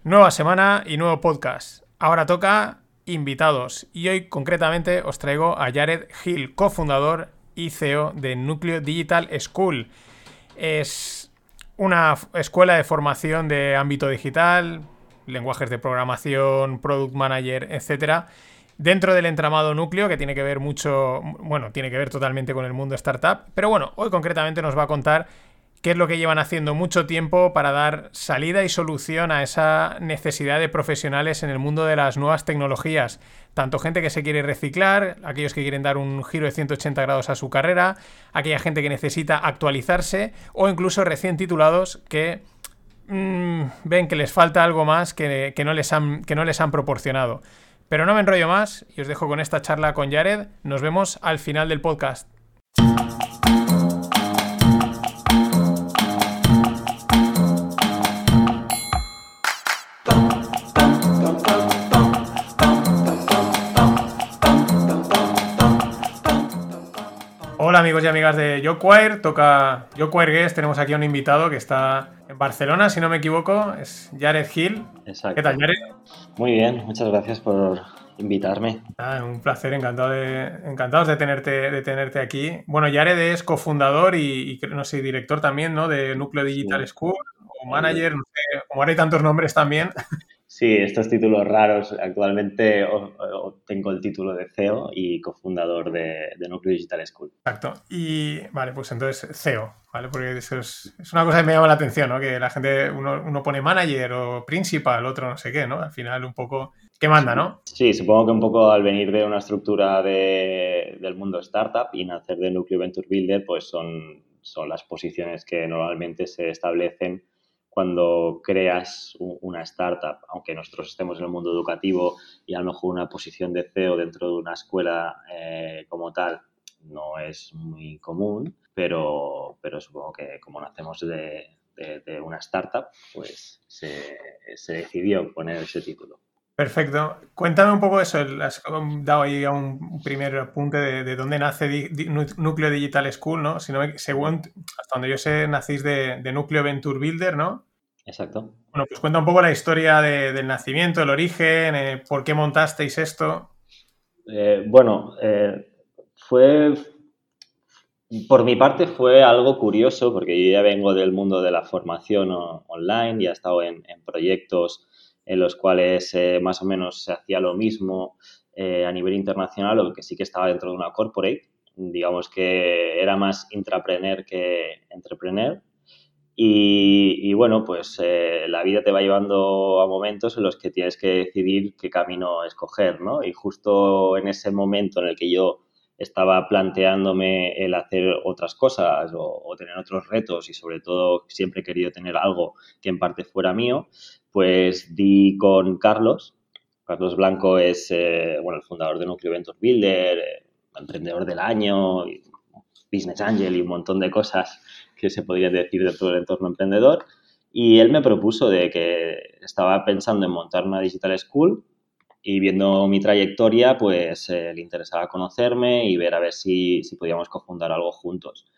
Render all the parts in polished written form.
Nueva semana y nuevo podcast. Ahora toca invitados y hoy concretamente os traigo a Jared Hill, cofundador y CEO de Núcleo Digital School. Es una escuela de formación de ámbito digital, lenguajes de programación, product manager, etcétera, dentro del entramado Núcleo, que tiene que ver mucho, bueno, tiene que ver totalmente con el mundo startup, pero bueno, hoy concretamente nos va a contar qué es lo que llevan haciendo mucho tiempo para dar salida y solución a esa necesidad de profesionales en el mundo de las nuevas tecnologías. Tanto gente que se quiere reciclar, aquellos que quieren dar un giro de 180 grados a su carrera, aquella gente que necesita actualizarse o incluso recién titulados que ven que les falta algo más que no les han proporcionado. Pero no me enrollo más y os dejo con esta charla con Jared. Nos vemos al final del podcast. Hola amigos y amigas de YoQuire, toca YoQuire Guest, tenemos aquí a un invitado que está en Barcelona, si no me equivoco, es Jared Hill. Exacto. ¿Qué tal, Jared? Muy bien, muchas gracias por invitarme. Un placer, encantados de tenerte aquí. Bueno, Jared es cofundador y no sé, director también, ¿no? De Núcleo Digital Sí. School o manager, no sé, como ahora hay tantos nombres también. Sí, estos títulos raros. Actualmente tengo el título de CEO y cofundador de Núcleo Digital School. Exacto. Y vale, pues entonces CEO, ¿vale? Porque eso es una cosa que me llama la atención, ¿no? Que la gente, uno pone manager o principal, otro no sé qué, ¿no? Al final un poco, ¿qué manda, no? Sí, supongo que un poco al venir de una estructura del mundo startup y nacer de Núcleo Venture Builder, pues son las posiciones que normalmente se establecen cuando creas una startup, aunque nosotros estemos en el mundo educativo y a lo mejor una posición de CEO dentro de una escuela como tal no es muy común, pero supongo que como nacemos de una startup, pues se decidió poner ese título. Perfecto. Cuéntame un poco eso. Has dado ahí a un primer apunte de dónde nace Núcleo Digital School, ¿no? Si no según, hasta donde yo sé, nacéis de Núcleo Venture Builder, ¿no? Exacto. Bueno, pues cuenta un poco la historia del nacimiento, el origen, por qué montasteis esto. Bueno, por mi parte fue algo curioso porque yo ya vengo del mundo de la formación online, ya he estado en proyectos en los cuales más o menos se hacía lo mismo a nivel internacional, o que sí que estaba dentro de una corporate. Digamos que era más intrapreneur que entrepreneur. Y bueno, pues la vida te va llevando a momentos en los que tienes que decidir qué camino escoger, ¿no? Y justo en ese momento en el que yo estaba planteándome el hacer otras cosas o tener otros retos, y sobre todo siempre he querido tener algo que en parte fuera mío, pues di con Carlos. Carlos Blanco es bueno, el fundador de Núcleo Venture Builder, emprendedor del año, business angel y un montón de cosas que se podrían decir dentro del entorno emprendedor. Y él me propuso de que estaba pensando en montar una digital school, y viendo mi trayectoria, pues le interesaba conocerme y ver a ver si podíamos cofundar algo juntos.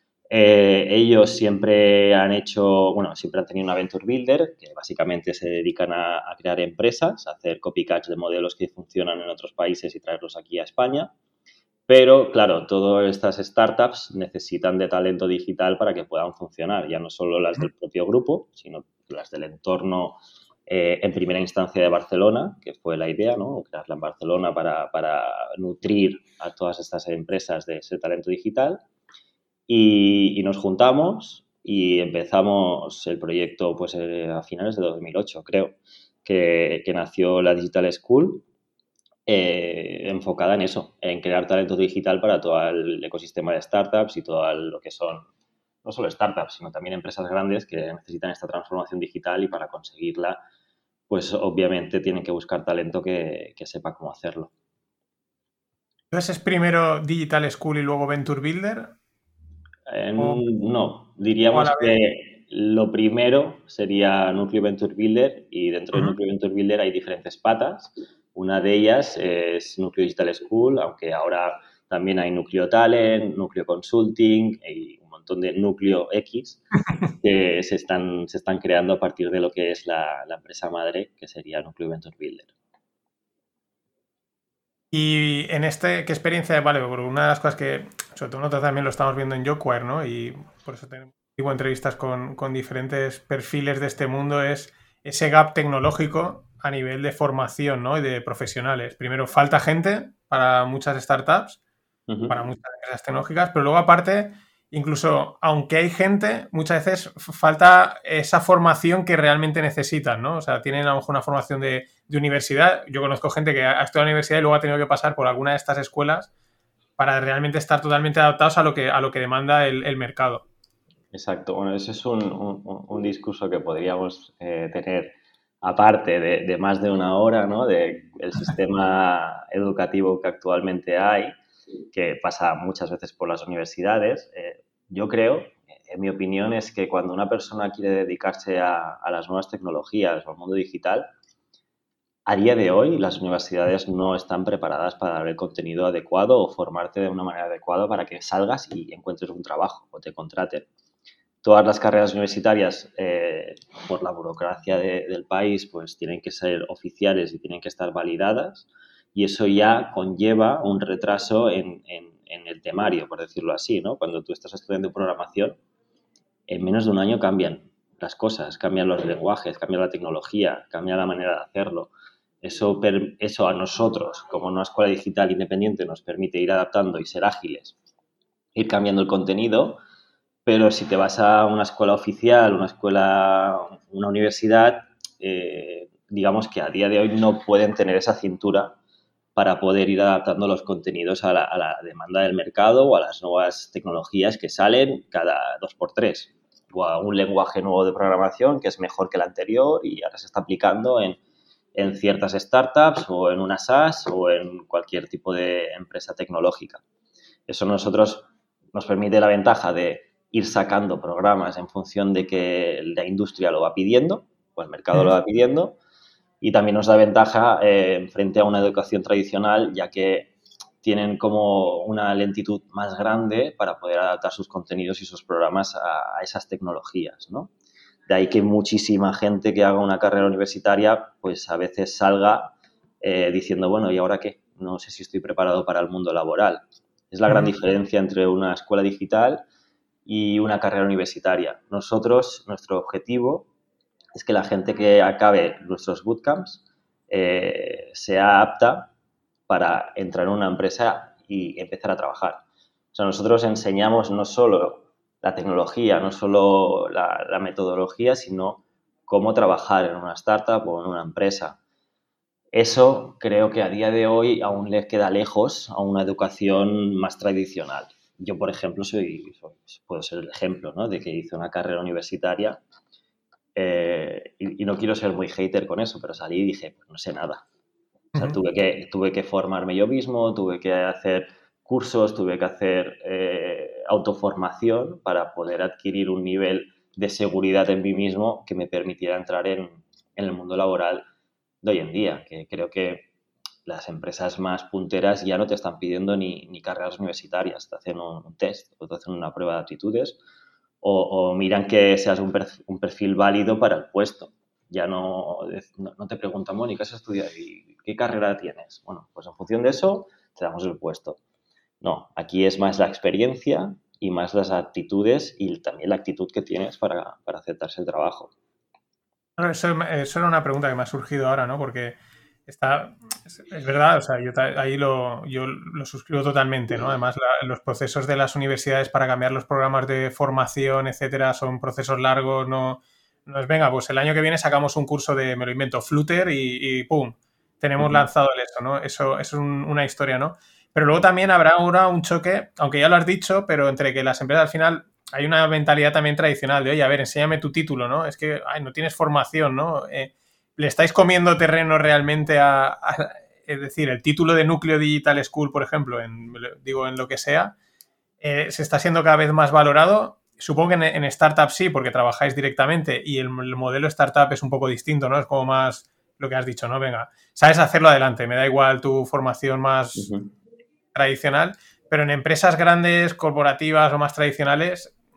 Ellos siempre han siempre han tenido una Venture Builder, que básicamente se dedican a crear empresas, a hacer copycats de modelos que funcionan en otros países y traerlos aquí a España. Pero, claro, todas estas startups necesitan de talento digital para que puedan funcionar, ya no solo las del propio grupo, sino las del entorno, en primera instancia de Barcelona, que fue la idea, ¿no? Crearla en Barcelona para nutrir a todas estas empresas de ese talento digital. Y nos juntamos y empezamos el proyecto pues, a finales de 2008, creo, que nació la Digital School, enfocada en eso, en crear talento digital para todo el ecosistema de startups y todo lo que son, no solo startups, sino también empresas grandes que necesitan esta transformación digital, y para conseguirla, pues obviamente tienen que buscar talento que sepa cómo hacerlo. Entonces es primero Digital School y luego Venture Builder. O, No, o a diríamos la vez. que lo primero sería Núcleo Venture Builder, y dentro de Uh-huh. Núcleo Venture Builder hay diferentes patas. Una de ellas es Núcleo Digital School, aunque ahora también hay Núcleo Talent, Núcleo Consulting y un montón de núcleo X que se están creando a partir de lo que es la empresa madre, que sería Núcleo Venture Builder. Y en ¿qué experiencia? Vale, porque una de las cosas que, sobre todo nosotros también lo estamos viendo en Jocware, ¿no? Y por eso tenemos entrevistas con diferentes perfiles de este mundo, es ese gap tecnológico a nivel de formación, ¿no? Y de profesionales. Primero, falta gente para muchas startups, para muchas empresas tecnológicas, pero luego aparte, incluso aunque hay gente, muchas veces falta esa formación que realmente necesitan, ¿no? O sea, tienen a lo mejor una formación de universidad. Yo conozco gente que ha estudiado en la universidad y luego ha tenido que pasar por alguna de estas escuelas para realmente estar totalmente adaptados a lo que demanda el mercado. Exacto. Bueno, ese es un discurso que podríamos tener aparte de más de una hora, ¿no? De el sistema educativo que actualmente hay, que pasa muchas veces por las universidades. Yo creo, en mi opinión, es que cuando una persona quiere dedicarse a las nuevas tecnologías o al mundo digital, a día de hoy las universidades no están preparadas para dar el contenido adecuado o formarte de una manera adecuada para que salgas y encuentres un trabajo o te contraten. Todas las carreras universitarias, por la burocracia del país, pues tienen que ser oficiales y tienen que estar validadas, y eso ya conlleva un retraso en el temario, por decirlo así, ¿no? Cuando tú estás estudiando programación, en menos de un año cambian las cosas, cambian los lenguajes, cambia la tecnología, cambia la manera de hacerlo. Eso a nosotros, como una escuela digital independiente, nos permite ir adaptando y ser ágiles, ir cambiando el contenido. Pero si te vas a una escuela oficial, una universidad, digamos que a día de hoy no pueden tener esa cintura para poder ir adaptando los contenidos a la demanda del mercado o a las nuevas tecnologías que salen cada 2x3, o a un lenguaje nuevo de programación que es mejor que el anterior y ahora se está aplicando en ciertas startups o en una SaaS o en cualquier tipo de empresa tecnológica. Eso nosotros nos permite la ventaja de ir sacando programas en función de que la industria lo va pidiendo o el mercado lo va pidiendo, y también nos da ventaja frente a una educación tradicional, ya que tienen como una lentitud más grande para poder adaptar sus contenidos y sus programas a esas tecnologías, ¿no? De ahí que muchísima gente que haga una carrera universitaria pues a veces salga diciendo, bueno, ¿y ahora qué? No sé si estoy preparado para el mundo laboral. Es la gran diferencia entre una escuela digital y una carrera universitaria. Nuestro objetivo es que la gente que acabe nuestros bootcamps sea apta para entrar en una empresa y empezar a trabajar. O sea, nosotros enseñamos no solo la tecnología, no solo la metodología, sino cómo trabajar en una startup o en una empresa. Eso creo que a día de hoy aún le queda lejos a una educación más tradicional. Yo, por ejemplo, puedo ser el ejemplo, ¿no? De que hice una carrera universitaria y no quiero ser muy hater con eso, pero salí y dije, pues no sé nada. O sea, tuve que formarme yo mismo, tuve que hacer cursos, tuve que hacer autoformación para poder adquirir un nivel de seguridad en mí mismo que me permitiera entrar en el mundo laboral de hoy en día, que creo que las empresas más punteras ya no te están pidiendo ni carreras universitarias, te hacen un test o te hacen una prueba de aptitudes o miran que seas un perfil válido para el puesto. Ya no te preguntan, Mónica, ¿qué has estudiado y qué carrera tienes? Bueno, pues en función de eso te damos el puesto. No, aquí es más la experiencia y más las actitudes y también la actitud que tienes para aceptarse el trabajo. Eso era una pregunta que me ha surgido ahora, ¿no? Porque es verdad, o sea, yo lo suscribo totalmente, ¿no? Además, los procesos de las universidades para cambiar los programas de formación, etcétera, son procesos largos, no es, venga, pues el año que viene sacamos un curso de, me lo invento, Flutter y ¡pum! Tenemos lanzado eso, ¿no? Eso es una historia, ¿no? Pero luego también habrá ahora un choque, aunque ya lo has dicho, pero entre que las empresas al final hay una mentalidad también tradicional de, oye, a ver, enséñame tu título, ¿no? Es que no tienes formación, ¿no? ¿Le estáis comiendo terreno realmente es decir, el título de Núcleo Digital School, por ejemplo, en lo que sea, se está siendo cada vez más valorado? Supongo que en startup sí, porque trabajáis directamente y el modelo startup es un poco distinto, ¿no? Es como más lo que has dicho, ¿no? Venga, sabes hacerlo adelante, me da igual tu formación más tradicional, pero en empresas grandes, corporativas o más tradicionales,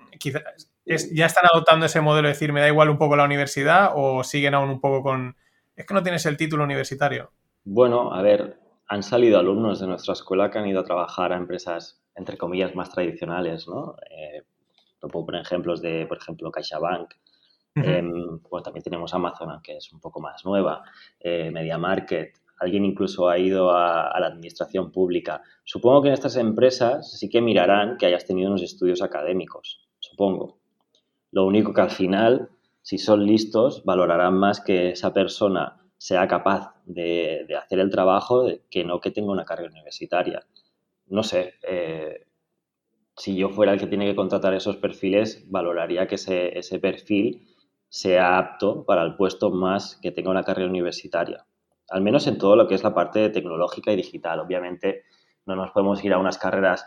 quizás ya están adoptando ese modelo de decir, me da igual un poco la universidad o siguen aún un poco con... Es que no tienes el título universitario. Bueno, a ver, han salido alumnos de nuestra escuela que han ido a trabajar a empresas, entre comillas, más tradicionales, ¿no? Te puedo poner ejemplos de, por ejemplo, CaixaBank. Uh-huh. Pues también tenemos Amazon, que es un poco más nueva, MediaMarket. Alguien incluso ha ido a la administración pública. Supongo que en estas empresas sí que mirarán que hayas tenido unos estudios académicos, supongo. Lo único que al final, si son listos, valorarán más que esa persona sea capaz de hacer el trabajo que no que tenga una carrera universitaria. No sé, si yo fuera el que tiene que contratar esos perfiles, valoraría que ese perfil sea apto para el puesto más que tenga una carrera universitaria. Al menos en todo lo que es la parte tecnológica y digital. Obviamente no nos podemos ir a unas carreras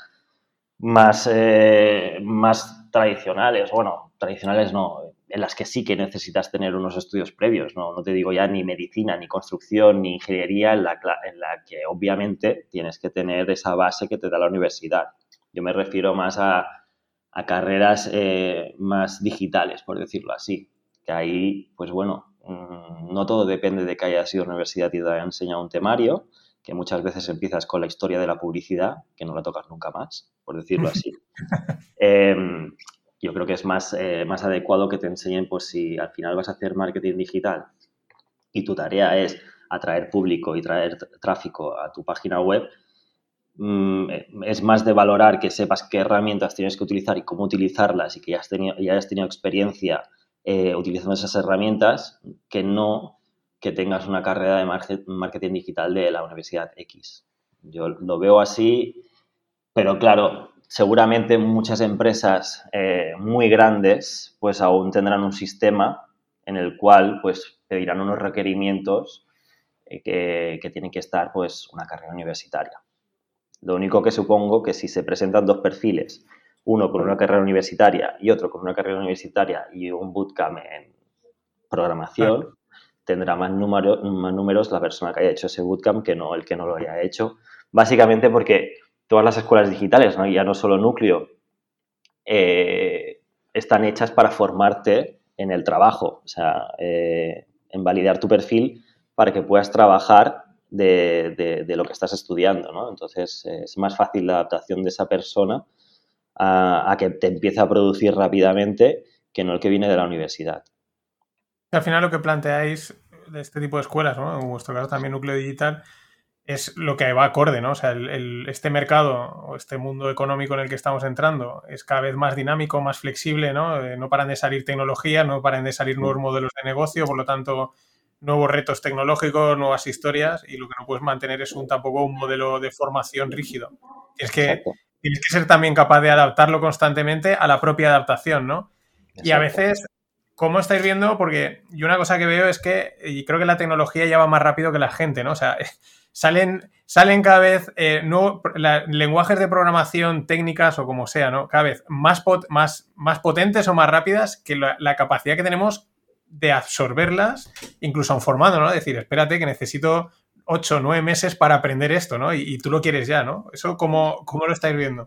más tradicionales. Bueno, tradicionales no, en las que sí que necesitas tener unos estudios previos. No te digo ya ni medicina, ni construcción, ni ingeniería, en la que obviamente tienes que tener esa base que te da la universidad. Yo me refiero más a carreras más digitales, por decirlo así. Que ahí, pues bueno, no todo depende de que hayas ido a la universidad y te haya enseñado un temario, que muchas veces empiezas con la historia de la publicidad, que no la tocas nunca más, por decirlo así. Eh, yo creo que es más adecuado que te enseñen, pues si al final vas a hacer marketing digital y tu tarea es atraer público y traer tráfico a tu página web, es más de valorar que sepas qué herramientas tienes que utilizar y cómo utilizarlas y que ya hayas tenido experiencia utilizando esas herramientas que no que tengas una carrera de marketing digital de la Universidad X. Yo lo veo así, pero claro, seguramente muchas empresas muy grandes pues aún tendrán un sistema en el cual pues pedirán unos requerimientos que tienen que estar pues una carrera universitaria. Lo único que supongo que si se presentan dos perfiles, uno con una carrera universitaria y otro con una carrera universitaria y un bootcamp en Claro. programación, tendrá más números la persona que haya hecho ese bootcamp que no el que no lo haya hecho. Básicamente porque todas las escuelas digitales, ¿no? Ya no solo Núcleo, están hechas para formarte en el trabajo, o sea, en validar tu perfil para que puedas trabajar de lo que estás estudiando, ¿no? Entonces, es más fácil la adaptación de esa persona a que te empiece a producir rápidamente que no el que viene de la universidad. Al final lo que planteáis de este tipo de escuelas, ¿no? En vuestro caso también núcleo digital, es lo que va acorde, ¿no? O sea, este mercado o este mundo económico en el que estamos entrando es cada vez más dinámico, más flexible, ¿no? No paran de salir tecnologías, no paran de salir nuevos modelos de negocio, por lo tanto, nuevos retos tecnológicos, nuevas historias, y lo que no puedes mantener es tampoco un modelo de formación rígido. Tienes que, Exacto, tienes que ser también capaz de adaptarlo constantemente a la propia adaptación, ¿no? Y a exacto. veces, ¿cómo estáis viendo? Porque yo una cosa que veo es que, y creo que la tecnología ya va más rápido que la gente, ¿no? O sea, salen cada vez lenguajes de programación, técnicas o como sea, ¿no? Cada vez más potentes o más rápidas que la capacidad que tenemos de absorberlas, incluso aun formando, ¿no? Decir, espérate que necesito 8 o 9 meses para aprender esto, ¿no? Y tú lo quieres ya, ¿no? ¿Eso cómo lo estáis viendo?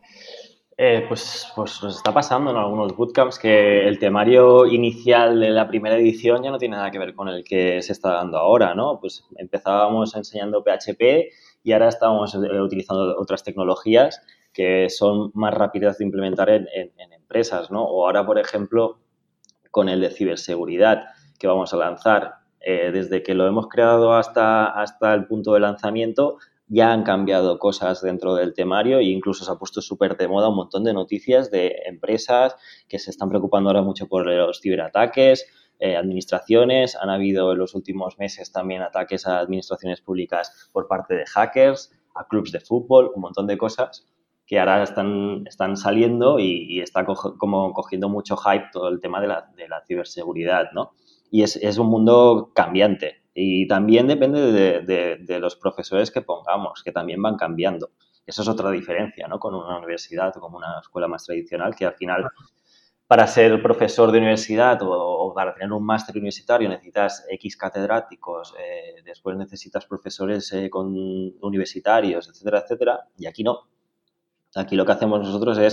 Pues nos está pasando en algunos bootcamps que el temario inicial de la primera edición ya no tiene nada que ver con el que se está dando ahora, ¿no? Pues empezábamos enseñando PHP y ahora estamos utilizando otras tecnologías que son más rápidas de implementar en empresas, ¿no? O ahora, por ejemplo, con el de ciberseguridad que vamos a lanzar. Desde que lo hemos creado hasta el punto de lanzamiento, ya han cambiado cosas dentro del temario e incluso se ha puesto súper de moda un montón de noticias de empresas que se están preocupando ahora mucho por los ciberataques, administraciones. Han habido en los últimos meses también ataques a administraciones públicas por parte de hackers, a clubs de fútbol, un montón de cosas que ahora están saliendo y está como cogiendo mucho hype todo el tema de la ciberseguridad, ¿no? Y es un mundo cambiante y también depende de los profesores que pongamos, que también van cambiando. Eso es otra diferencia, ¿no? Con una universidad o con una escuela más tradicional, que al final para ser profesor de universidad o para tener un máster universitario necesitas X catedráticos, después necesitas profesores universitarios, etcétera, etcétera, y aquí no. Aquí lo que hacemos nosotros es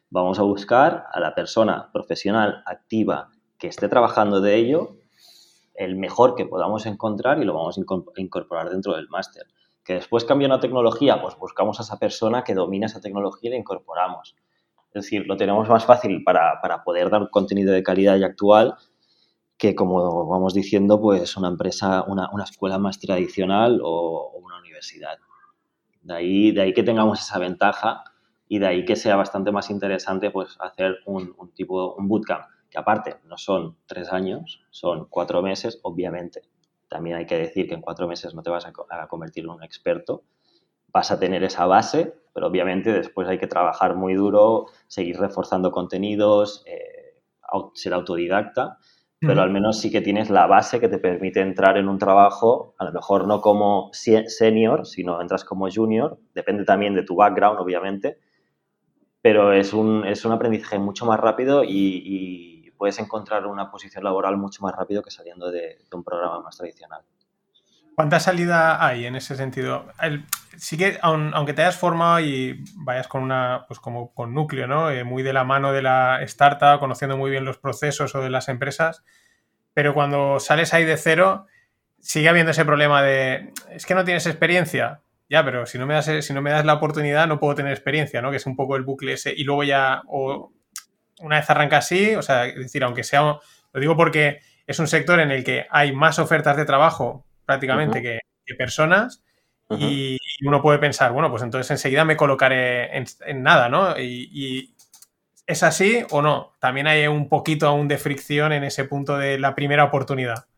Vamos a buscar a la persona profesional activa que esté trabajando de ello, el mejor que podamos encontrar, y lo vamos a incorporar dentro del máster. Que después cambia una tecnología, pues buscamos a esa persona que domina esa tecnología y la incorporamos. Es decir, lo tenemos más fácil para poder dar contenido de calidad y actual que, como vamos diciendo, pues una empresa, una escuela más tradicional o una universidad. De ahí que tengamos esa ventaja y de ahí que sea bastante más interesante pues hacer un bootcamp, que aparte no son 3 años, son 4 meses, obviamente. También hay que decir que en 4 meses no te vas a convertir en un experto, vas a tener esa base, pero obviamente después hay que trabajar muy duro, seguir reforzando contenidos, ser autodidacta, pero al menos sí que tienes la base que te permite entrar en un trabajo, a lo mejor no como senior, sino entras como junior, depende también de tu background, obviamente, pero es un aprendizaje mucho más rápido y puedes encontrar una posición laboral mucho más rápido que saliendo de un programa más tradicional. ¿Cuánta salida hay en ese sentido? Sí que, aunque te hayas formado y vayas con pues como con núcleo, ¿no? Muy de la mano de la startup, conociendo muy bien los procesos o de las empresas, pero cuando sales ahí de cero, sigue habiendo ese problema de, es que no tienes experiencia. Ya, pero si no me das la oportunidad, no puedo tener experiencia, ¿no? Que es un poco el bucle ese. Y luego ya, o una vez arranca así, o sea, es decir, aunque sea, lo digo porque es un sector en el que hay más ofertas de trabajo prácticamente que personas, y uno puede pensar, bueno, pues entonces enseguida me colocaré en nada, ¿no? Y ¿es así o no? También hay un poquito aún de fricción en ese punto de la primera oportunidad.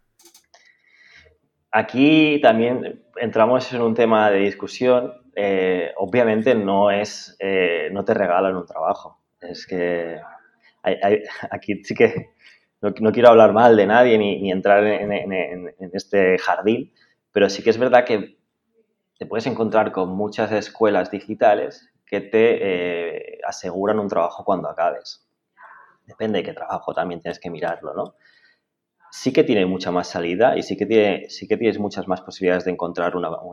Aquí también entramos en un tema de discusión. Obviamente no te regalan un trabajo. Es que aquí sí que no quiero hablar mal de nadie ni entrar en este jardín, pero sí que es verdad que te puedes encontrar con muchas escuelas digitales que te aseguran un trabajo cuando acabes. Depende de qué trabajo, también tienes que mirarlo, ¿no? Sí que tiene mucha más salida y sí que tienes muchas más posibilidades de encontrar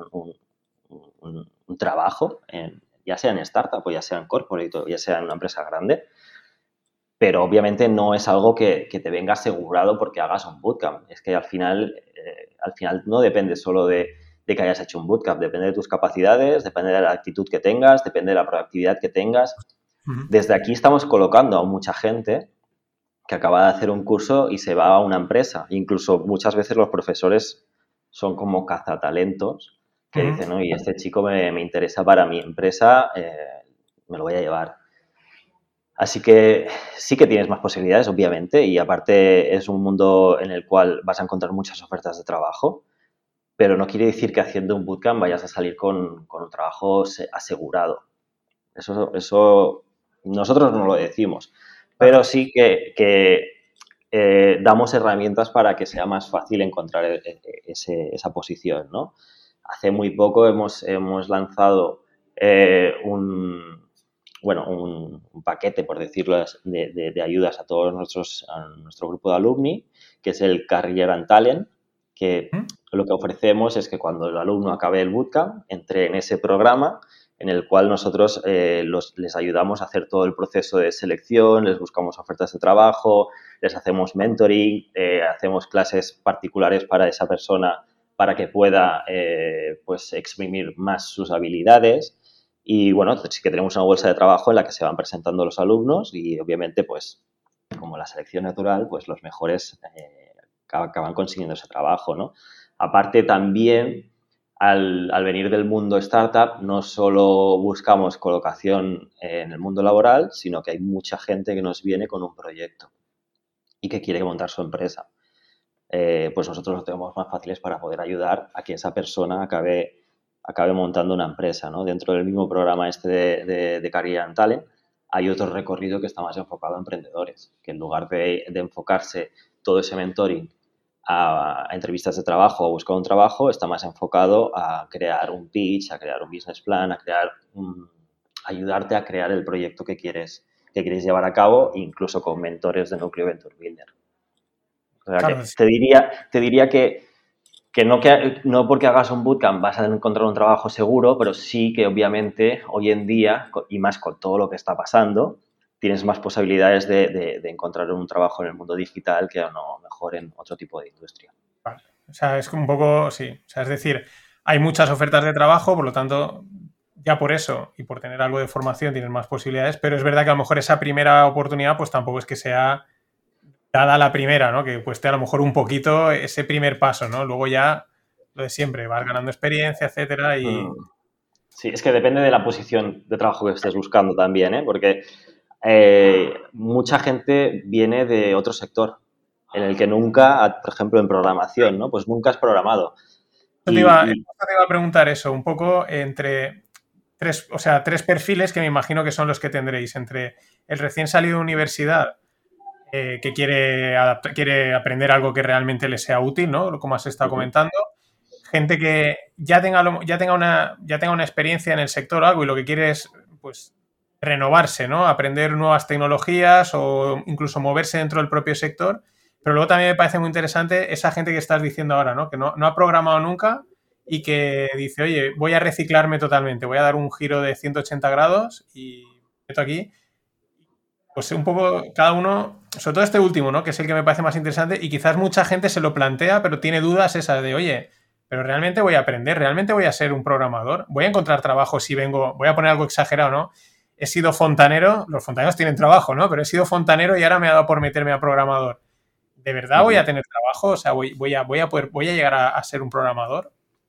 un trabajo, ya sea en startup o ya sea en corporate o ya sea en una empresa grande, pero obviamente no es algo que te venga asegurado porque hagas un bootcamp. Es que al final no depende solo de que hayas hecho un bootcamp, depende de tus capacidades, depende de la actitud que tengas, depende de la proactividad que tengas. Desde aquí estamos colocando a mucha gente que acaba de hacer un curso y se va a una empresa. Incluso muchas veces los profesores son como cazatalentos que dicen, oye, este chico me interesa para mi empresa, me lo voy a llevar. Así que sí que tienes más posibilidades, obviamente, y aparte es un mundo en el cual vas a encontrar muchas ofertas de trabajo, pero no quiere decir que haciendo un bootcamp vayas a salir con un trabajo asegurado. Eso nosotros no lo decimos, pero sí que damos herramientas para que sea más fácil encontrar esa posición, ¿no? Hace muy poco hemos lanzado un paquete, por decirlo, de ayudas a nuestro grupo de alumni, que es el Career and Talent, que lo que ofrecemos es que cuando el alumno acabe el bootcamp, entre en ese programa en el cual nosotros les ayudamos a hacer todo el proceso de selección, les buscamos ofertas de trabajo, les hacemos mentoring, hacemos clases particulares para esa persona para que pueda pues exprimir más sus habilidades. Y bueno, sí que tenemos una bolsa de trabajo en la que se van presentando los alumnos y obviamente pues como la selección natural, pues los mejores acaban consiguiendo ese trabajo, ¿no? Aparte también, al venir del mundo startup, no solo buscamos colocación en el mundo laboral, sino que hay mucha gente que nos viene con un proyecto y que quiere montar su empresa. Pues nosotros lo tenemos más fáciles para poder ayudar a que esa persona acabe montando una empresa, ¿no? Dentro del mismo programa de Career and Talent hay otro recorrido que está más enfocado a emprendedores, que en lugar de enfocarse todo ese mentoring a entrevistas de trabajo o a buscar un trabajo, está más enfocado a crear un pitch, a crear un business plan, ayudarte a crear el proyecto que quieres llevar a cabo, incluso con mentores de Núcleo Venture Builder. O sea, claro, te diría que no porque hagas un bootcamp vas a encontrar un trabajo seguro, pero sí que obviamente hoy en día, y más con todo lo que está pasando, tienes más posibilidades de encontrar un trabajo en el mundo digital que a lo mejor en otro tipo de industria. Vale. O sea, es un poco, sí. O sea, es decir, hay muchas ofertas de trabajo, por lo tanto, ya por eso y por tener algo de formación tienes más posibilidades, pero es verdad que a lo mejor esa primera oportunidad pues tampoco es que sea dada la primera, ¿no? Que cueste a lo mejor un poquito ese primer paso, ¿no? Luego ya lo de siempre, vas ganando experiencia, etcétera, y... Sí, es que depende de la posición de trabajo que estés buscando también, ¿eh? Porque mucha gente viene de otro sector en el que nunca, por ejemplo, en programación, ¿no? Pues nunca has programado. Te iba a preguntar eso, un poco entre tres, o sea, tres perfiles que me imagino que son los que tendréis, entre el recién salido de universidad que quiere aprender algo que realmente le sea útil, ¿no? Como has estado comentando. Gente que ya tenga una experiencia en el sector o algo y lo que quiere es, pues, renovarse, ¿no? Aprender nuevas tecnologías o incluso moverse dentro del propio sector. Pero luego también me parece muy interesante esa gente que estás diciendo ahora, ¿no? Que no ha programado nunca y que dice, oye, voy a reciclarme totalmente, voy a dar un giro de 180 grados y meto aquí. Pues un poco cada uno, sobre todo este último, ¿no? Que es el que me parece más interesante y quizás mucha gente se lo plantea, pero tiene dudas esas de, oye, pero realmente voy a aprender, realmente voy a ser un programador, voy a encontrar trabajo si vengo, voy a poner algo exagerado, ¿no? He sido fontanero, los fontaneros tienen trabajo, ¿no? Pero he sido fontanero y ahora me ha dado por meterme a programador. ¿De verdad voy a tener trabajo? O sea, voy a llegar a ser un programador.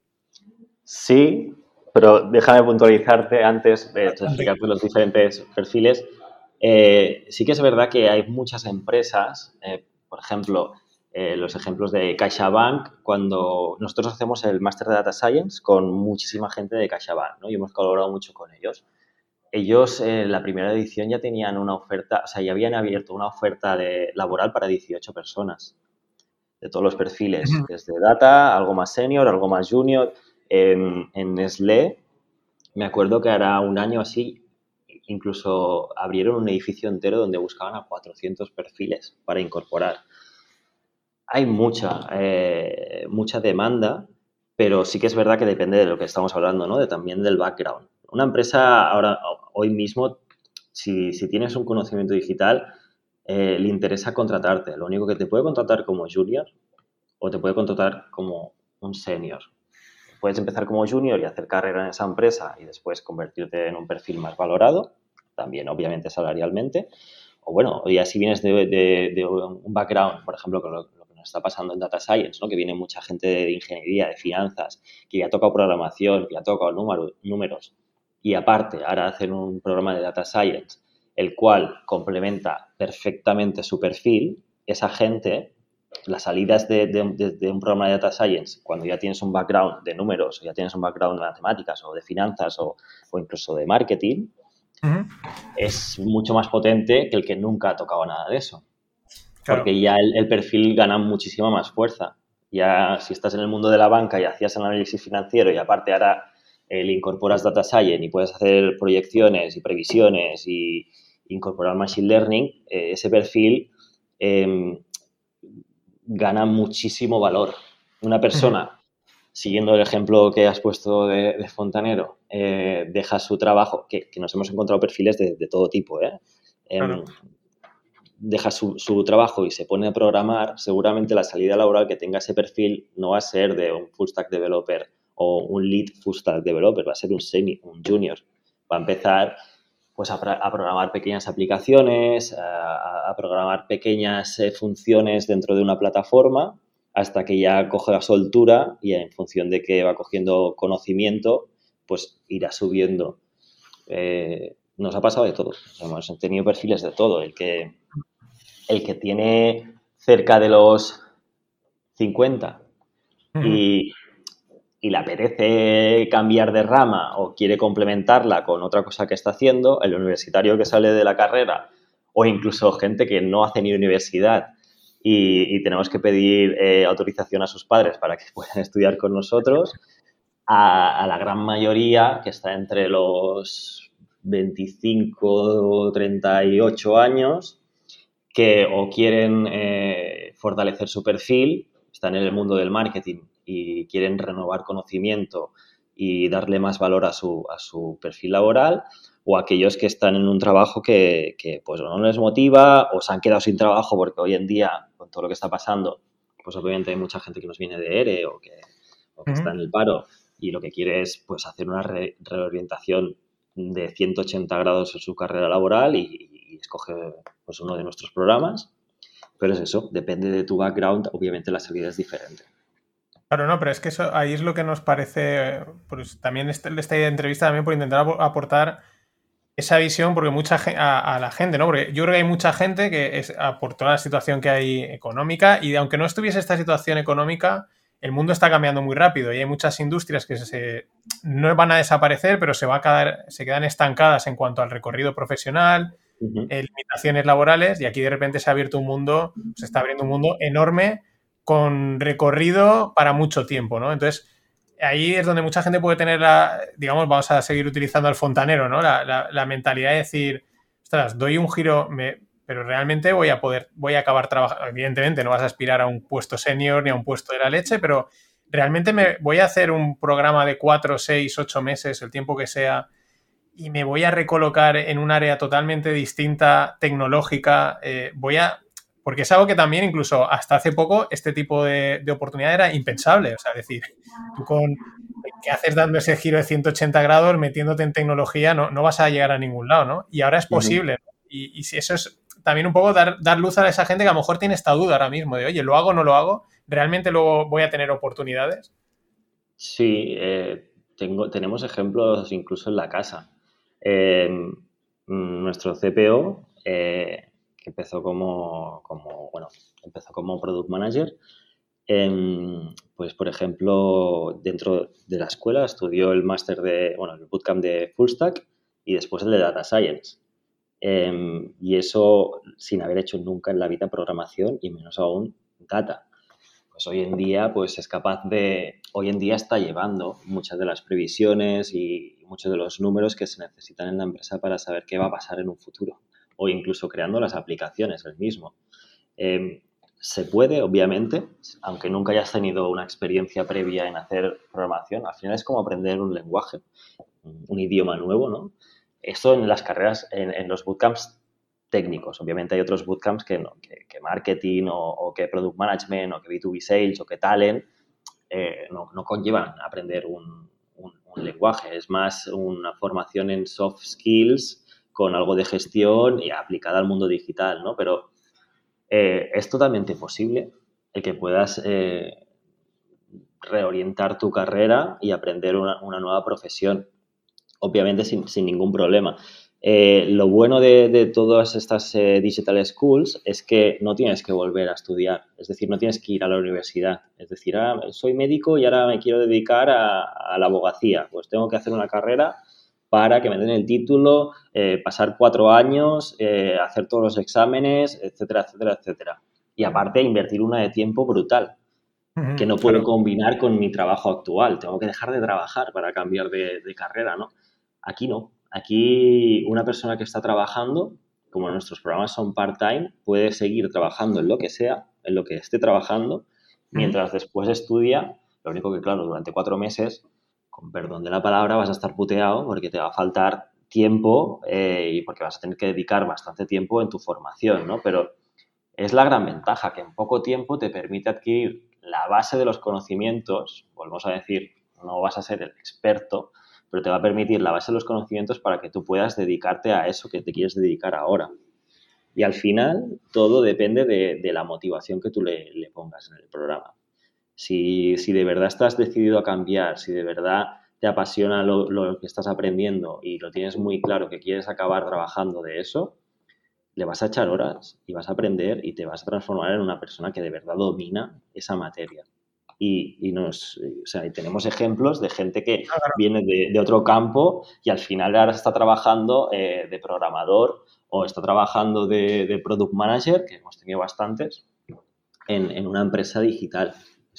Sí, pero déjame puntualizarte antes de explicarte los diferentes perfiles. Sí que es verdad que hay muchas empresas, por ejemplo, los ejemplos de CaixaBank, cuando nosotros hacemos el máster de Data Science con muchísima gente de CaixaBank, ¿no? Y hemos colaborado mucho con ellos. Ellos en la primera edición ya tenían una oferta, o sea, ya habían abierto una oferta laboral para 18 personas de todos los perfiles, desde data, algo más senior, algo más junior. En Nestlé, me acuerdo que hará un año así, incluso abrieron un edificio entero donde buscaban a 400 perfiles para incorporar. Hay mucha demanda, pero sí que es verdad que depende de lo que estamos hablando, ¿no? También del background. Una empresa hoy mismo, si tienes un conocimiento digital, le interesa contratarte. Lo único que te puede contratar como junior o te puede contratar como un senior. Puedes empezar como junior y hacer carrera en esa empresa y después convertirte en un perfil más valorado, también obviamente salarialmente. O bueno, ya si vienes de un background, por ejemplo, con lo que nos está pasando en Data Science, ¿no? Que viene mucha gente de ingeniería, de finanzas, que ya ha tocado programación, que ya ha tocado números, y aparte ahora hacen un programa de Data Science, el cual complementa perfectamente su perfil, esa gente, las salidas de un programa de Data Science, cuando ya tienes un background de números, o ya tienes un background de matemáticas, o de finanzas, o incluso de marketing, es mucho más potente que el que nunca ha tocado nada de eso. Claro. Porque ya el perfil gana muchísima más fuerza. Ya si estás en el mundo de la banca y hacías análisis financiero y aparte ahora le incorporas Data Science y puedes hacer proyecciones y previsiones y incorporar Machine Learning, ese perfil gana muchísimo valor. Una persona, siguiendo el ejemplo que has puesto de fontanero, deja su trabajo, que nos hemos encontrado perfiles de todo tipo, claro. Deja su trabajo y se pone a programar, seguramente la salida laboral que tenga ese perfil no va a ser de un full stack developer o un lead full stack developer, va a ser un junior. Va a empezar pues a programar pequeñas aplicaciones, a programar pequeñas funciones dentro de una plataforma hasta que ya coja soltura y en función de que va cogiendo conocimiento, pues irá subiendo. Nos ha pasado de todo. Hemos tenido perfiles de todo. El que tiene cerca de los 50 y le apetece cambiar de rama o quiere complementarla con otra cosa que está haciendo, el universitario que sale de la carrera o incluso gente que no hace ni universidad y tenemos que pedir autorización a sus padres para que puedan estudiar con nosotros, a la gran mayoría que está entre los 25 o 38 años que o quieren fortalecer su perfil, están en el mundo del marketing y quieren renovar conocimiento y darle más valor a su perfil laboral, o aquellos que están en un trabajo que pues no les motiva o se han quedado sin trabajo porque hoy en día, con todo lo que está pasando, pues obviamente hay mucha gente que nos viene de ERE o que está en el paro y lo que quiere es pues hacer una reorientación de 180 grados en su carrera laboral y escoge pues uno de nuestros programas. Pero es eso, depende de tu background, obviamente la salida es diferente. Claro, no, pero es que eso ahí es lo que nos parece, pues también esta entrevista también por intentar aportar esa visión porque a la gente, ¿no? Porque yo creo que hay mucha gente que es por toda la situación que hay económica y aunque no estuviese esta situación económica, el mundo está cambiando muy rápido y hay muchas industrias que no van a desaparecer, pero se quedan estancadas en cuanto al recorrido profesional, limitaciones laborales y aquí de repente se está abriendo un mundo enorme con recorrido para mucho tiempo, ¿no? Entonces, ahí es donde mucha gente puede tener digamos, vamos a seguir utilizando al fontanero, ¿no? La mentalidad de decir, ostras, doy un giro, pero realmente voy a acabar trabajando. Evidentemente, no vas a aspirar a un puesto senior ni a un puesto de la leche, pero realmente me voy a hacer un programa de 4, 6, 8 meses, el tiempo que sea, y me voy a recolocar en un área totalmente distinta, tecnológica, porque es algo que también incluso hasta hace poco este tipo de oportunidad era impensable. O sea, es decir, tú ¿qué haces dando ese giro de 180 grados, metiéndote en tecnología? No vas a llegar a ningún lado, ¿no? Y ahora es posible, ¿no? Y si eso es también un poco dar luz a esa gente que a lo mejor tiene esta duda ahora mismo de, oye, ¿lo hago o no lo hago? ¿Realmente luego voy a tener oportunidades? Sí, tenemos ejemplos incluso en la casa. Nuestro CPO, que empezó como Product Manager, pues por ejemplo, dentro de la escuela estudió el el bootcamp de Full Stack y después el de Data Science. Y eso sin haber hecho nunca en la vida programación y menos aún data. Pues hoy en día pues hoy en día está llevando muchas de las previsiones y muchos de los números que se necesitan en la empresa para saber qué va a pasar en un futuro o incluso creando las aplicaciones el mismo. Se puede, obviamente, aunque nunca hayas tenido una experiencia previa en hacer programación, al final es como aprender un lenguaje, un idioma nuevo, ¿no? Esto en las carreras, en los bootcamps técnicos. Obviamente hay otros bootcamps que marketing o que product management o que B2B sales o que talent no conllevan aprender un lenguaje. Es más una formación en soft skills con algo de gestión y aplicada al mundo digital, ¿no? Pero es totalmente posible el que puedas reorientar tu carrera y aprender una nueva profesión, obviamente sin ningún problema. Lo bueno de todas estas digital schools es que no tienes que volver a estudiar, es decir, no tienes que ir a la universidad, es decir, soy médico y ahora me quiero dedicar a la abogacía, pues tengo que hacer una carrera para que me den el título, pasar 4 años, hacer todos los exámenes, etcétera, etcétera, etcétera. Y aparte invertir una de tiempo brutal, que no puedo combinar con mi trabajo actual. Tengo que dejar de trabajar para cambiar de carrera, ¿no? Aquí no. Aquí una persona que está trabajando, como nuestros programas son part-time, puede seguir trabajando en lo que sea, en lo que esté trabajando, mientras después estudia. Lo único que, claro, durante 4 meses, con perdón de la palabra, vas a estar puteado porque te va a faltar tiempo y porque vas a tener que dedicar bastante tiempo en tu formación, ¿no? Pero es la gran ventaja, que en poco tiempo te permite adquirir la base de los conocimientos, volvemos a decir, no vas a ser el experto, pero te va a permitir la base de los conocimientos para que tú puedas dedicarte a eso que te quieres dedicar ahora. Y al final todo depende de la motivación que tú le pongas en el programa. Si de verdad estás decidido a cambiar, si de verdad te apasiona lo que estás aprendiendo y lo tienes muy claro que quieres acabar trabajando de eso, le vas a echar horas y vas a aprender y te vas a transformar en una persona que de verdad domina esa materia. Y tenemos ejemplos de gente que viene de otro campo y al final ahora está trabajando de programador o está trabajando de product manager, que hemos tenido bastantes, en una empresa digital.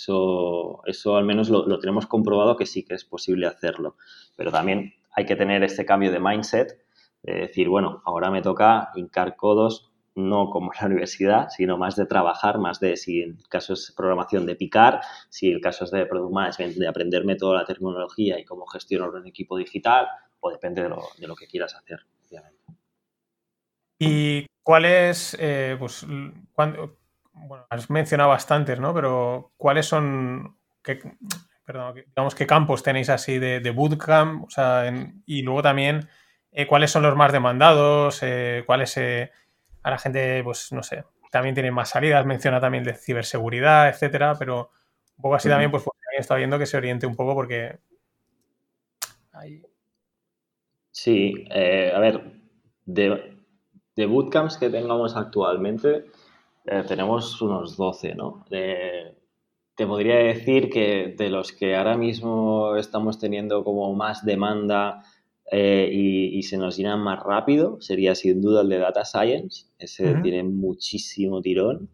Eso al menos lo tenemos comprobado que sí que es posible hacerlo. Pero también hay que tener este cambio de mindset de decir, bueno, ahora me toca hincar codos no como en la universidad, sino más de trabajar, más de, si el caso es programación, de picar, si el caso es de product management, de aprenderme toda la terminología y cómo gestionar un equipo digital, o depende de lo que quieras hacer, obviamente. ¿Y cuáles, pues, bueno, has mencionado bastantes, ¿no? Pero ¿cuáles son, perdón, digamos, qué campos tenéis así de bootcamp? O sea, y luego también, ¿cuáles son los más demandados? ¿Cuáles a la gente, pues, no sé, también tienen más salidas? Menciona también de ciberseguridad, etcétera, pero un poco así también, pues, porque también está viendo que se oriente un poco porque hay... Sí, a ver, de bootcamps que tengamos actualmente, tenemos unos 12, ¿no? Te podría decir que de los que ahora mismo estamos teniendo como más demanda y se nos llenan más rápido, sería sin duda el de Data Science. Ese Ujú, tiene muchísimo tirón.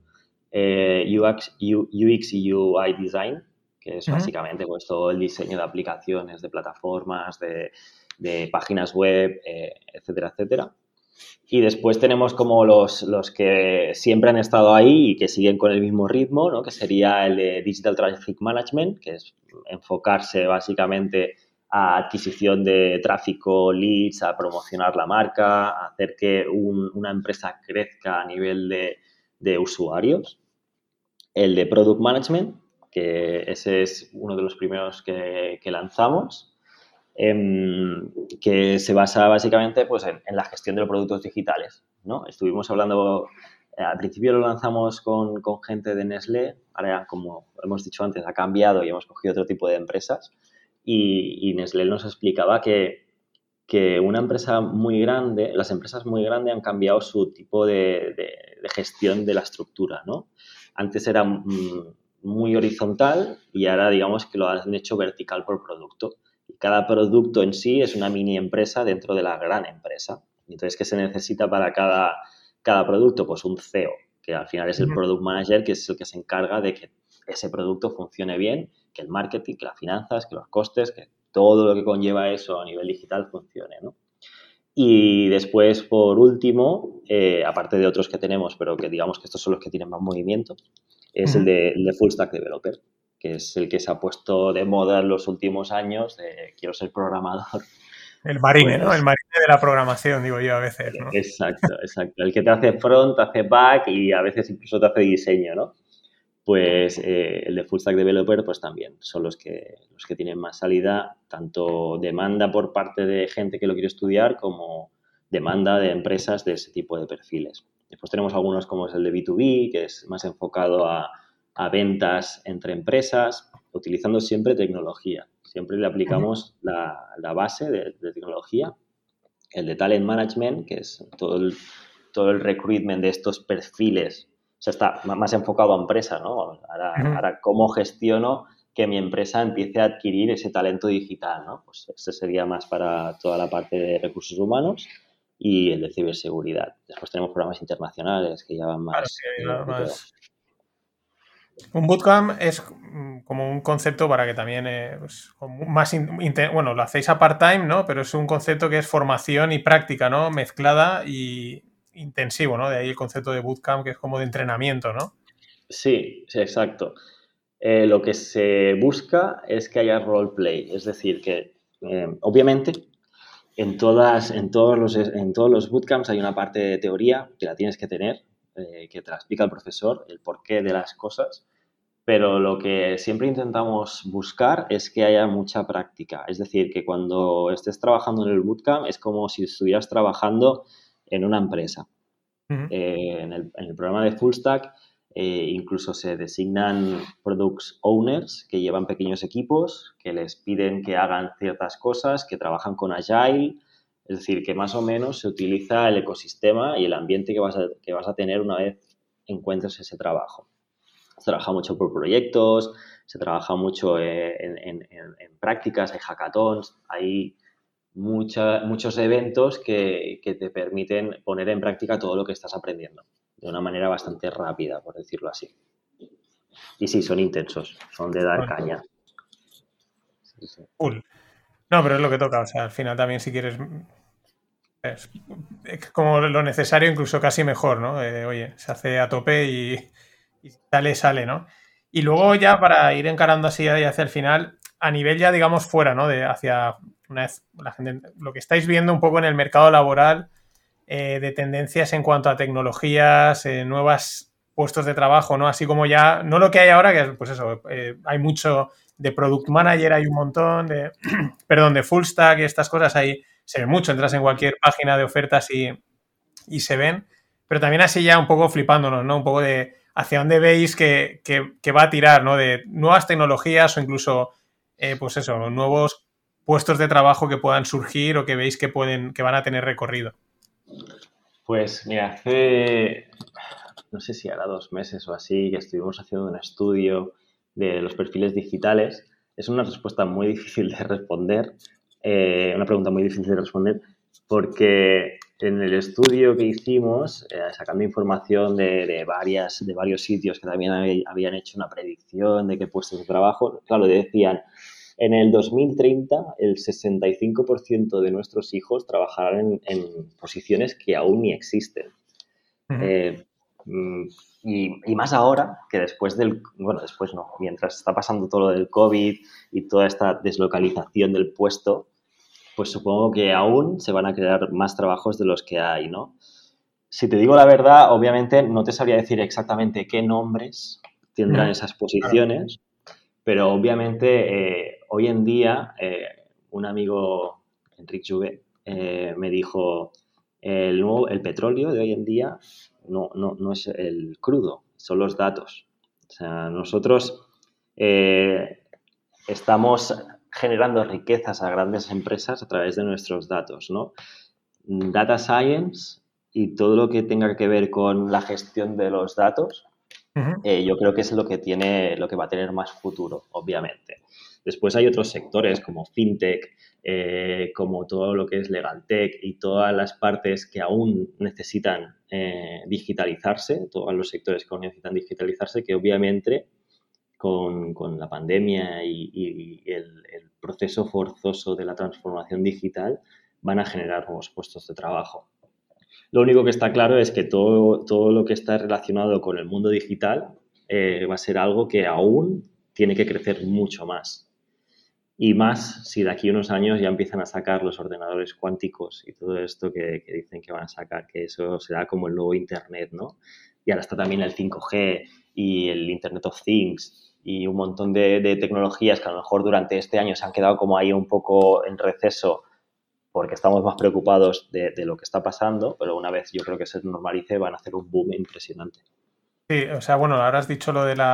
UX y UI Design, que es ujú. básicamente pues, todo el diseño de aplicaciones, de plataformas, de páginas web, etcétera, etcétera. Y después tenemos como los que siempre han estado ahí y que siguen con el mismo ritmo, ¿no? Que sería el de Digital Traffic Management, que es enfocarse básicamente a adquisición de tráfico, leads, a promocionar la marca, a hacer que una empresa crezca a nivel de usuarios. El de Product Management, que ese es uno de los primeros que lanzamos, que se basa básicamente pues, en la gestión de los productos digitales, ¿no? Estuvimos hablando, al principio lo lanzamos con gente de Nestlé, ahora como hemos dicho antes ha cambiado y hemos cogido otro tipo de empresas y Nestlé nos explicaba que una empresa muy grande, las empresas muy grandes han cambiado su tipo de gestión de la estructura, ¿no? Antes era muy horizontal y ahora digamos que lo han hecho vertical por producto. Y cada producto en sí es una mini empresa dentro de la gran empresa. Entonces, ¿qué se necesita para cada producto? Pues un CEO, que al final es el product manager, que es el que se encarga de que ese producto funcione bien, que el marketing, que las finanzas, que los costes, que todo lo que conlleva eso a nivel digital funcione, ¿no? Y después, por último, aparte de otros que tenemos, pero que digamos que estos son los que tienen más movimiento, es Ujú. el de Full Stack Developer, que es el que se ha puesto de moda en los últimos años, de quiero ser programador. El marine, ¿no? El Pues marine de la programación, digo yo a veces, ¿no? exacto, exacto. El que te hace front, te hace back y a veces incluso te hace diseño, ¿no? Pues el de Full Stack Developer pues también son los que tienen más salida, tanto demanda por parte de gente que lo quiere estudiar como demanda de empresas de ese tipo de perfiles. Después tenemos algunos como es el de B2B, que es más enfocado a ventas entre empresas, utilizando siempre tecnología. Siempre le Ujú. aplicamos la base de tecnología. El de Talent Management, que es todo el recruitment de estos perfiles, o sea, está más enfocado a empresa, ¿no? Ujú. Ahora, ¿cómo gestiono que mi empresa empiece a adquirir ese talento digital, ¿no? Pues este sería más para toda la parte de recursos humanos y el de ciberseguridad. Después tenemos programas internacionales que ya van Claro, más sí, europeos. un bootcamp es como un concepto para que también, pues, como más, bueno, lo hacéis a part-time, ¿no? Pero es un concepto que es formación y práctica, ¿no? Mezclada y intensivo, ¿no? De ahí el concepto de bootcamp, que es como de entrenamiento, ¿no? Sí, sí, exacto. Lo que se busca es que haya roleplay, es decir, que obviamente en todos los bootcamps hay una parte de teoría que la tienes que tener, que te la explica el profesor, el porqué de las cosas, pero lo que siempre intentamos buscar es que haya mucha práctica. Es decir, que cuando estés trabajando en el bootcamp es como si estuvieras trabajando en una empresa. Ujú. En el programa de Full Stack incluso se designan Product Owners que llevan pequeños equipos, que les piden que hagan ciertas cosas, que trabajan con Agile, es decir, que más o menos se utiliza el ecosistema y el ambiente que vas a tener una vez encuentres ese trabajo. Se trabaja mucho por proyectos, se trabaja mucho en prácticas, hay hackathons, hay muchos eventos que te permiten poner en práctica todo lo que estás aprendiendo de una manera bastante rápida, por decirlo así. Y sí, son intensos, son de dar Bueno, caña. Sí, sí. cool. No, pero es lo que toca, o sea, al final también si quieres Es como lo necesario, incluso casi mejor, ¿no? Oye, se hace a tope y sale, ¿no? Y luego ya para ir encarando así hacia el final, a nivel ya, digamos, fuera, ¿no? De hacia una vez la gente, lo que estáis viendo un poco en el mercado laboral, de tendencias en cuanto a tecnologías, nuevos puestos de trabajo, ¿no? Así como ya, no lo que hay ahora, que es, pues eso, hay mucho de product manager, hay un montón de, perdón, de full stack y estas cosas, ahí se ve mucho, entras en cualquier página de ofertas y se ven, pero también así ya un poco flipándonos, ¿no? Un poco de hacia dónde veis que va a tirar, ¿no? De nuevas tecnologías o incluso, pues eso, nuevos puestos de trabajo que puedan surgir o que veis que van a tener recorrido. Pues mira, hace, no sé si hará 2 meses o así, que estuvimos haciendo un estudio de los perfiles digitales. Es una respuesta muy difícil de responder, una pregunta muy difícil de responder, porque en el estudio que hicimos, sacando información de varios sitios que también habían hecho una predicción de qué puestos de trabajo, claro, decían, en el 2030 el 65% de nuestros hijos trabajarán en posiciones que aún ni existen. Uh-huh. Eh, y más ahora que después no, mientras está pasando todo lo del COVID y toda esta deslocalización del puesto, pues supongo que aún se van a crear más trabajos de los que hay, ¿no? Si te digo la verdad, obviamente no te sabría decir exactamente qué nombres tendrán Uh-huh. esas Claro. posiciones, pero obviamente hoy en día un amigo, Enric Juve, me dijo, el petróleo de hoy en día no es el crudo, son los datos. O sea, nosotros estamos generando riquezas a grandes empresas a través de nuestros datos, ¿no? Data Science y todo lo que tenga que ver con la gestión de los datos, Uh-huh. yo creo que es lo que va a tener más futuro, obviamente. Después hay otros sectores como FinTech, como todo lo que es LegalTech y todas las partes que aún necesitan digitalizarse, todos los sectores que aún necesitan digitalizarse, que obviamente con la pandemia y el proceso forzoso de la transformación digital van a generar nuevos puestos de trabajo. Lo único que está claro es que todo lo que está relacionado con el mundo digital va a ser algo que aún tiene que crecer mucho más. Y más si de aquí a unos años ya empiezan a sacar los ordenadores cuánticos y todo esto que dicen que van a sacar, que eso será como el nuevo Internet, ¿no? Y ahora está también el 5G y el Internet of Things y un montón de tecnologías que a lo mejor durante este año se han quedado como ahí un poco en receso porque estamos más preocupados de lo que está pasando, pero una vez yo creo que se normalice van a hacer un boom impresionante. Sí, o sea, bueno, ahora has dicho lo de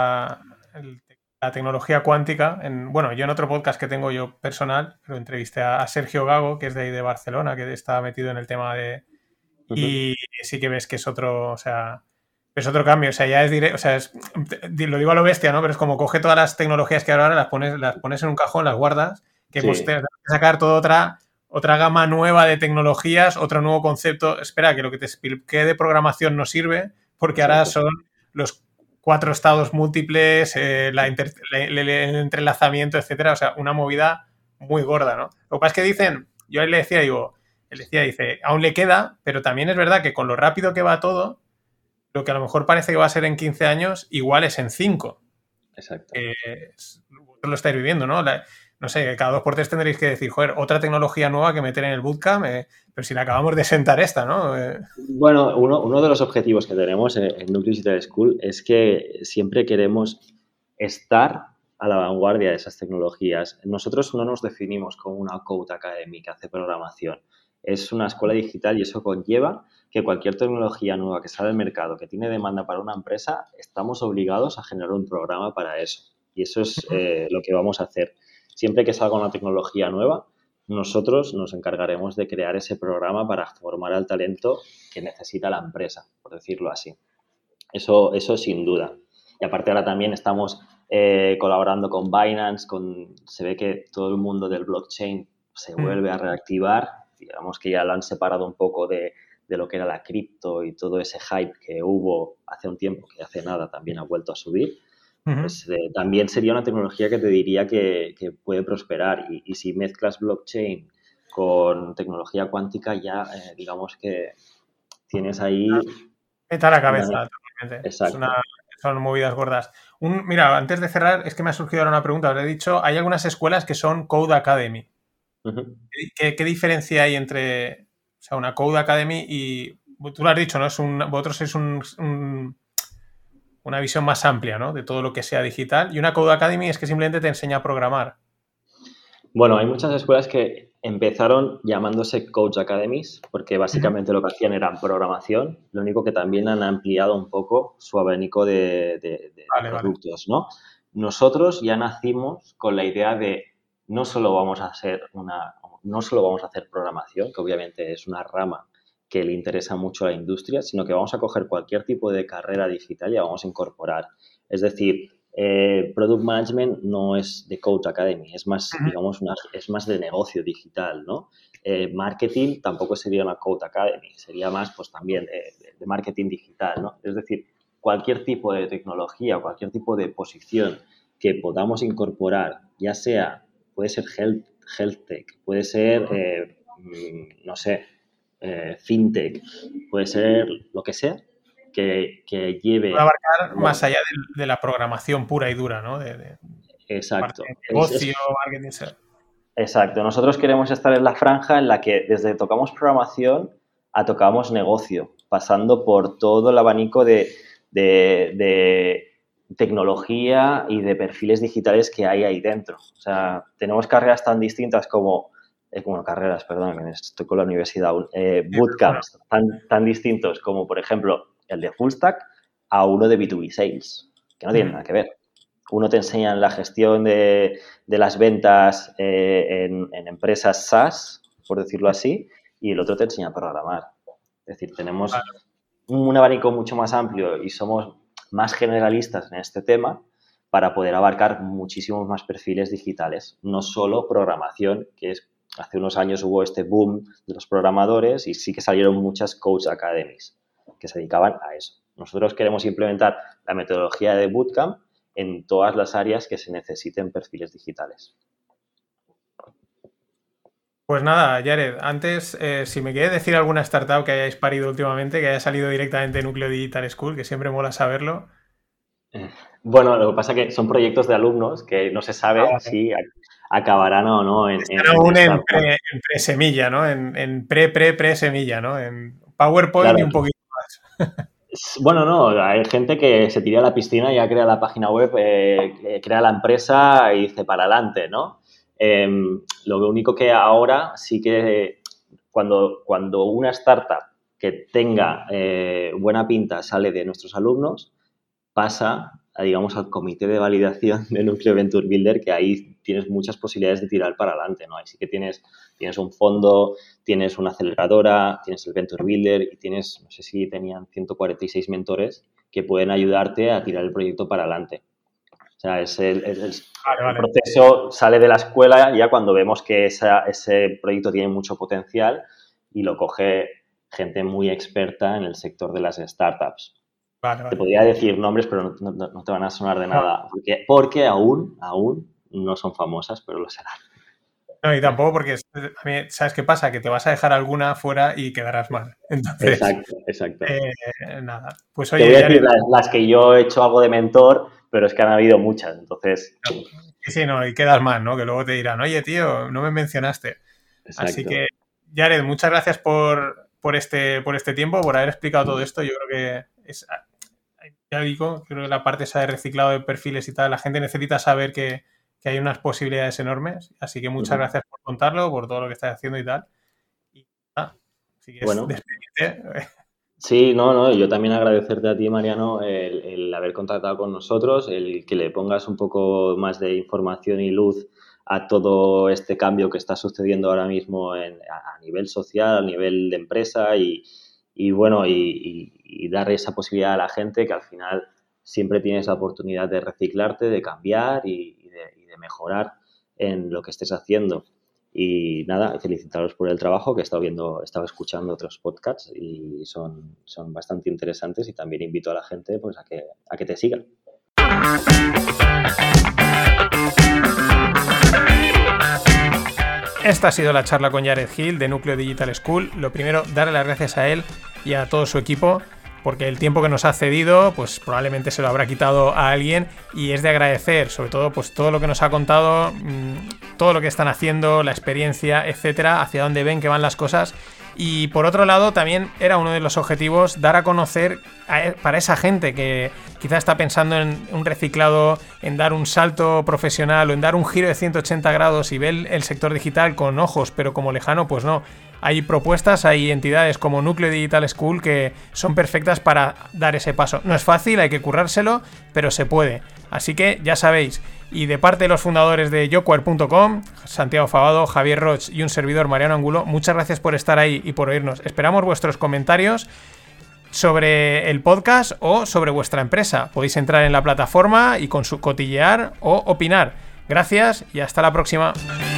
la tecnología cuántica. Bueno, yo en otro podcast que tengo yo personal, pero entrevisté a Sergio Gago, que es de ahí de Barcelona, que está metido en el tema de... Uh -huh. Y sí que ves que es otro, o sea, es otro cambio. O sea, ya es directo, o sea, lo digo a lo bestia, ¿no? Pero es como coge todas las tecnologías que ahora las pones en un cajón, las guardas, que hemos Sí, tenido que sacar toda otra gama nueva de tecnologías, otro nuevo concepto. Espera, que lo que te expliqué de programación no sirve, porque ahora exacto. son los 4 estados múltiples, el entrelazamiento, etcétera. O sea, una movida muy gorda, ¿no? Lo que pasa es que dicen, yo a él le decía, digo, él decía, dice, aún le queda, pero también es verdad que con lo rápido que va todo, lo que a lo mejor parece que va a ser en 15 años, igual es en 5. Exacto. Vosotros lo estáis viviendo, ¿no? No sé, cada 2 por 3 tendréis que decir, joder, otra tecnología nueva que meter en el bootcamp, pero si la acabamos de sentar esta, ¿no? Bueno, uno de los objetivos que tenemos en Nucleus Digital School es que siempre queremos estar a la vanguardia de esas tecnologías. Nosotros no nos definimos como una Code Academy que hace programación. Es una escuela digital y eso conlleva que cualquier tecnología nueva que sale al mercado, que tiene demanda para una empresa, estamos obligados a generar un programa para eso. Y eso es lo que vamos a hacer. Siempre que salga una tecnología nueva, nosotros nos encargaremos de crear ese programa para formar al talento que necesita la empresa, por decirlo así. Eso sin duda. Y aparte ahora también estamos colaborando con Binance, se ve que todo el mundo del blockchain se vuelve a reactivar, digamos que ya lo han separado un poco de lo que era la cripto y todo ese hype que hubo hace un tiempo, que hace nada también ha vuelto a subir, pues también sería una tecnología que te diría que puede prosperar. Y si mezclas blockchain con tecnología cuántica ya, digamos que tienes ahí... Meta a la cabeza, totalmente. Exacto. Son movidas gordas. Mira, antes de cerrar, es que me ha surgido ahora una pregunta. Os he dicho, hay algunas escuelas que son Code Academy. Uh-huh. ¿Qué diferencia hay entre, o sea, una Code Academy y... Tú lo has dicho, ¿no? Vosotros sois una visión más amplia, ¿no? De todo lo que sea digital. Y una Code Academy es que simplemente te enseña a programar. Bueno, hay muchas escuelas que empezaron llamándose Coach Academies porque básicamente lo que hacían era programación, lo único que también han ampliado un poco su abanico de productos, ¿no? Nosotros ya nacimos con la idea de no solo vamos a hacer programación, que obviamente es una rama que le interesa mucho a la industria, sino que vamos a coger cualquier tipo de carrera digital y la vamos a incorporar. Es decir, Product Management no es de Coach Academy, es más, digamos, es más de negocio digital, ¿no? Marketing tampoco sería una Coach Academy, sería más, pues también de marketing digital, ¿no? Es decir, cualquier tipo de tecnología o cualquier tipo de posición que podamos incorporar, ya sea, puede ser health tech, puede ser, no sé, fintech, puede ser lo que sea, que lleve... Puede abarcar más allá de la programación pura y dura, ¿no? Exacto. Negocio, marketing. Exacto. Nosotros queremos estar en la franja en la que desde tocamos programación a tocamos negocio, pasando por todo el abanico de tecnología y de perfiles digitales que hay ahí dentro. O sea, tenemos carreras tan distintas como... carreras, perdón, que estoy con la universidad aún. Bootcamps tan distintos como, por ejemplo, el de Full Stack a uno de B2B Sales, que no tienen nada que ver. Uno te enseña la gestión de las ventas en empresas SaaS, por decirlo así, y el otro te enseña a programar. Es decir, tenemos un abanico mucho más amplio y somos más generalistas en este tema para poder abarcar muchísimos más perfiles digitales, no solo programación, que es... Hace unos años hubo este boom de los programadores y sí que salieron muchas Coach Academies que se dedicaban a eso. Nosotros queremos implementar la metodología de Bootcamp en todas las áreas que se necesiten perfiles digitales. Pues nada, Jared, antes, si me quieres decir alguna startup que hayáis parido últimamente, que haya salido directamente de Núcleo Digital School, que siempre mola saberlo. Bueno, lo que pasa es que son proyectos de alumnos que no se sabe si acabarán o no en pre-semilla, ¿no? En pre-semilla, ¿no? En PowerPoint, claro, y un poquito más. Bueno, no, hay gente que se tira a la piscina y ya crea la página web, crea la empresa y dice para adelante, ¿no? Lo único que ahora sí que cuando una startup que tenga buena pinta sale de nuestros alumnos, pasa digamos, al comité de validación de Núcleo Venture Builder, que ahí tienes muchas posibilidades de tirar para adelante, ¿no? Ahí sí que tienes un fondo, tienes una aceleradora, tienes el Venture Builder y tienes, no sé si tenían 146 mentores que pueden ayudarte a tirar el proyecto para adelante. O sea, el proceso sale de la escuela ya cuando vemos que ese proyecto tiene mucho potencial y lo coge gente muy experta en el sector de las startups. Te podría decir nombres, pero no te van a sonar de nada. Porque aún no son famosas, pero lo serán. No, y tampoco porque, ¿sabes qué pasa? Que te vas a dejar alguna fuera y quedarás mal. Entonces, exacto. Nada. Pues oye, te voy a decir las que yo he hecho algo de mentor, pero es que han habido muchas, entonces... Sí, no, y quedas mal, ¿no? Que luego te dirán, oye, tío, no me mencionaste. Exacto. Así que, Jared, muchas gracias por este tiempo, por haber explicado todo esto. Yo creo que ya digo, creo que la parte esa de reciclado de perfiles y tal, la gente necesita saber que hay unas posibilidades enormes. Así que muchas gracias por contarlo, por todo lo que estás haciendo y tal. Y si quieres despedirte. Sí, no, yo también agradecerte a ti, Mariano, el haber contactado con nosotros, el que le pongas un poco más de información y luz a todo este cambio que está sucediendo ahora mismo a nivel social, a nivel de empresa y dar esa posibilidad a la gente que al final siempre tienes la oportunidad de reciclarte, de cambiar y de mejorar en lo que estés haciendo. Y nada, felicitaros por el trabajo, que he estado escuchando otros podcasts y son bastante interesantes y también invito a la gente pues a que te sigan. Esta ha sido la charla con Jared Hill de Núcleo Digital School. Lo primero, darle las gracias a él y a todo su equipo, porque el tiempo que nos ha cedido, pues probablemente se lo habrá quitado a alguien, y es de agradecer, sobre todo, pues todo lo que nos ha contado, todo lo que están haciendo, la experiencia, etcétera, hacia dónde ven que van las cosas. Y por otro lado, también era uno de los objetivos dar a conocer para esa gente que quizá está pensando en un reciclado, en dar un salto profesional o en dar un giro de 180 grados y ve el sector digital con ojos, pero como lejano, pues no. Hay propuestas, hay entidades como Núcleo Digital School que son perfectas para dar ese paso. No es fácil, hay que currárselo, pero se puede. Así que ya sabéis. Y de parte de los fundadores de Yoquare.com, Santiago Fabado, Javier Roch y un servidor, Mariano Angulo, muchas gracias por estar ahí y por oírnos. Esperamos vuestros comentarios sobre el podcast o sobre vuestra empresa. Podéis entrar en la plataforma y cotillear o opinar. Gracias y hasta la próxima.